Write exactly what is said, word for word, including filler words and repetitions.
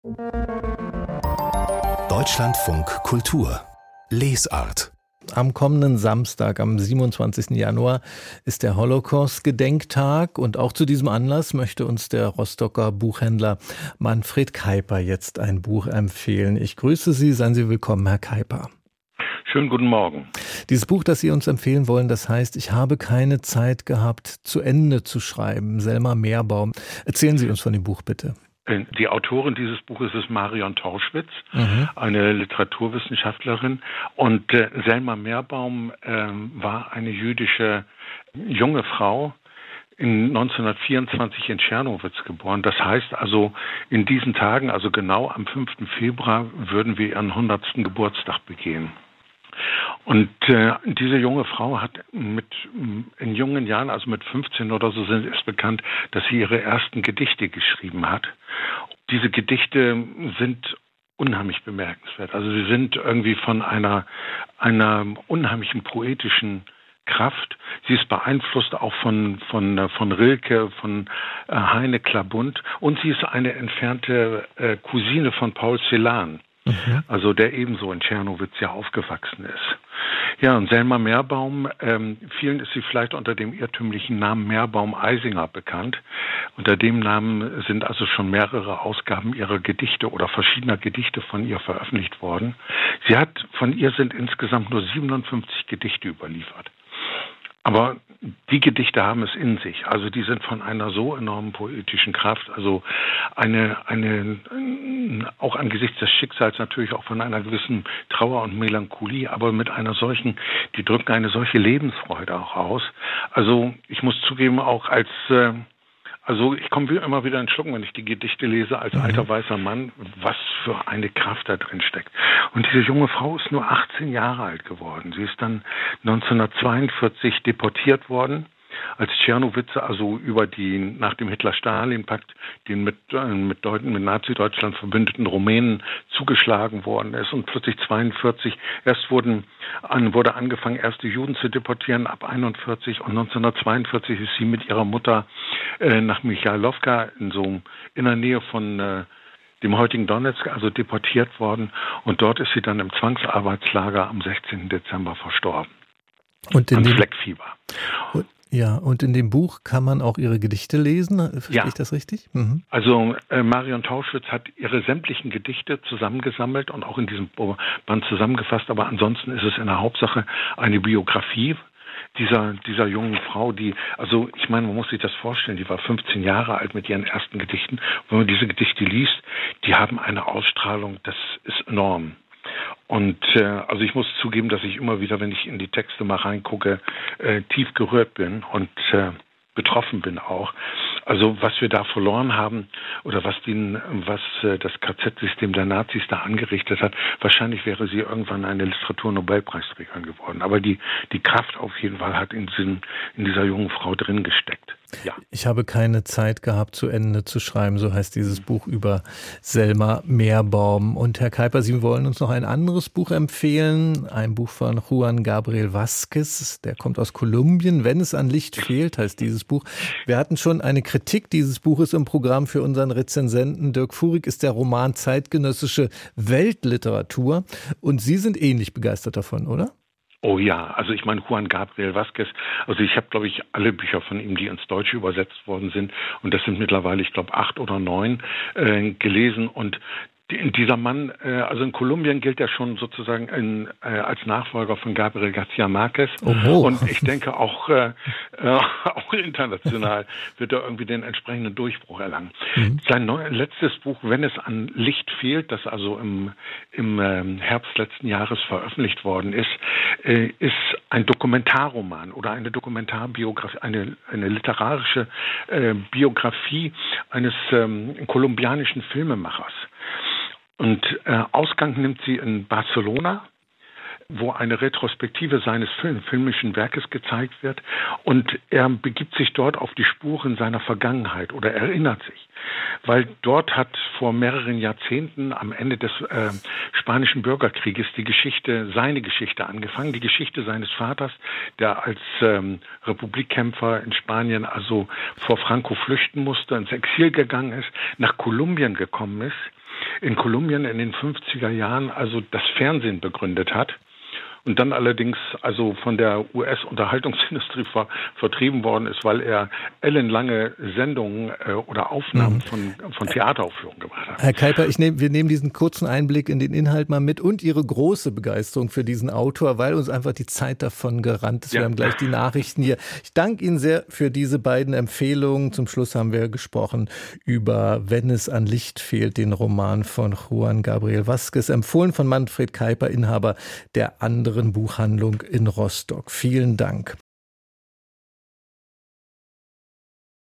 Deutschlandfunk Kultur Lesart. Am kommenden Samstag, am siebenundzwanzigsten Januar, ist der Holocaust-Gedenktag und auch zu diesem Anlass möchte uns der Rostocker Buchhändler Manfred Keiper jetzt ein Buch empfehlen. Ich grüße Sie, seien Sie willkommen, Herr Keiper. Schönen guten Morgen. Dieses Buch, das Sie uns empfehlen wollen, das heißt, ich habe keine Zeit gehabt, zu Ende zu schreiben. Selma Meerbaum. Erzählen Sie uns von dem Buch, bitte. Die Autorin dieses Buches ist Marion Tauschwitz, mhm. eine Literaturwissenschaftlerin. Und äh, Selma Meerbaum äh, war eine jüdische junge Frau, in neunzehnhundertvierundzwanzig in Czernowitz geboren. Das heißt also, in diesen Tagen, also genau am fünften Februar, würden wir ihren hundertsten Geburtstag begehen. Und äh, diese junge Frau hat mit in jungen Jahren, also mit fünfzehn oder so, sind es bekannt, dass sie ihre ersten Gedichte geschrieben hat. Diese Gedichte sind unheimlich bemerkenswert. Also sie sind irgendwie von einer einer unheimlichen poetischen Kraft. Sie ist beeinflusst auch von von von Rilke, von äh, Heine Klabund, und sie ist eine entfernte äh, Cousine von Paul Celan. Mhm. Also der ebenso in Czernowitz ja aufgewachsen ist. Ja, und Selma Meerbaum, ähm, vielen ist sie vielleicht unter dem irrtümlichen Namen Meerbaum-Eisinger bekannt. Unter dem Namen sind also schon mehrere Ausgaben ihrer Gedichte oder verschiedener Gedichte von ihr veröffentlicht worden. Sie hat, von ihr sind insgesamt nur siebenundfünfzig Gedichte überliefert. Aber die Gedichte haben es in sich. Also die sind von einer so enormen poetischen Kraft, also eine, eine, auch angesichts des Schicksals natürlich auch von einer gewissen Trauer und Melancholie, aber mit einer solchen, die drücken eine solche Lebensfreude auch aus. Also ich muss zugeben, auch als, äh, also ich komme immer wieder in Schlucken, wenn ich die Gedichte lese, als alter weißer Mann, was für eine Kraft da drin steckt. Und diese junge Frau ist nur achtzehn Jahre alt geworden. Sie ist dann neunzehnhundertzweiundvierzig deportiert worden, als Czernowitz also über die nach dem Hitler-Stalin-Pakt den mit, äh, mit, Deut- mit Nazi-Deutschland verbündeten Rumänen zugeschlagen worden ist, und plötzlich zweiundvierzig erst wurden an, wurde angefangen, erst die Juden zu deportieren ab einundvierzig, und neunzehnhundertzweiundvierzig ist sie mit ihrer Mutter äh, nach Michailowka in so in der Nähe von äh, dem heutigen Donetsk, also deportiert worden, und dort ist sie dann im Zwangsarbeitslager am sechzehnten Dezember verstorben. Und in an dem Fleckfieber. Und, ja, und in dem Buch kann man auch ihre Gedichte lesen, verstehe ja. ich das richtig? Mhm. Also äh, Marion Tauschwitz hat ihre sämtlichen Gedichte zusammengesammelt und auch in diesem Band zusammengefasst, aber ansonsten ist es in der Hauptsache eine Biografie dieser dieser jungen Frau, die, also ich meine, man muss sich das vorstellen, die war fünfzehn Jahre alt mit ihren ersten Gedichten. Wenn man diese Gedichte liest, die haben eine Ausstrahlung, das ist enorm. Und äh, also ich muss zugeben, dass ich immer wieder, wenn ich in die Texte mal reingucke, äh, tief gerührt bin und äh, betroffen bin auch. Also was wir da verloren haben oder was, den, was äh, das K Z-System der Nazis da angerichtet hat, wahrscheinlich wäre sie irgendwann eine Literaturnobelpreisträgerin geworden. Aber die, die Kraft auf jeden Fall hat in, diesem, in dieser jungen Frau drin gesteckt. Ja. Ich habe keine Zeit gehabt, zu Ende zu schreiben, so heißt dieses Buch über Selma Meerbaum. Und Herr Keiper, Sie wollen uns noch ein anderes Buch empfehlen, ein Buch von Juan Gabriel Vázquez, der kommt aus Kolumbien. Wenn es an Licht fehlt, heißt dieses Buch. Wir hatten schon eine Kritik dieses Buches im Programm für unseren Rezensenten. Dirk Fuhrig ist der Roman zeitgenössische Weltliteratur. Und Sie sind ähnlich begeistert davon, oder? Oh ja, also ich meine Juan Gabriel Vázquez, also ich habe, glaube ich, alle Bücher von ihm, die ins Deutsche übersetzt worden sind, und das sind mittlerweile, ich glaube, acht oder neun, äh, gelesen, und dieser Mann, äh, also in Kolumbien gilt er schon sozusagen in, äh, als Nachfolger von Gabriel García Márquez. Oho. Und ich denke auch, äh, äh, auch international wird er irgendwie den entsprechenden Durchbruch erlangen. Mhm. Sein neu, letztes Buch, Wenn es an Licht fehlt, das also im, im ähm, Herbst letzten Jahres veröffentlicht worden ist, äh, ist ein Dokumentarroman oder eine Dokumentarbiografie, eine, eine literarische äh, Biografie eines ähm, kolumbianischen Filmemachers. Und äh, Ausgang nimmt sie in Barcelona, wo eine Retrospektive seines Film, filmischen Werkes gezeigt wird. Und er begibt sich dort auf die Spuren seiner Vergangenheit oder erinnert sich. Weil dort hat vor mehreren Jahrzehnten am Ende des äh, Spanischen Bürgerkrieges die Geschichte, seine Geschichte angefangen. Die Geschichte seines Vaters, der als ähm, Republikkämpfer in Spanien also vor Franco flüchten musste, ins Exil gegangen ist, nach Kolumbien gekommen ist, in Kolumbien in den fünfziger Jahren also das Fernsehen begründet hat. Und dann allerdings also von der U S-Unterhaltungsindustrie ver- vertrieben worden ist, weil er ellenlange Sendungen äh, oder Aufnahmen von, von Theateraufführungen gemacht hat. Herr Keiper, ich nehm, wir nehmen diesen kurzen Einblick in den Inhalt mal mit und Ihre große Begeisterung für diesen Autor, weil uns einfach die Zeit davon gerannt ist. Ja. Wir haben gleich die Nachrichten hier. Ich danke Ihnen sehr für diese beiden Empfehlungen. Zum Schluss haben wir gesprochen über Wenn es an Licht fehlt, den Roman von Juan Gabriel Vázquez, empfohlen von Manfred Keiper, Inhaber der anderen Buchhandlung in Rostock. Vielen Dank.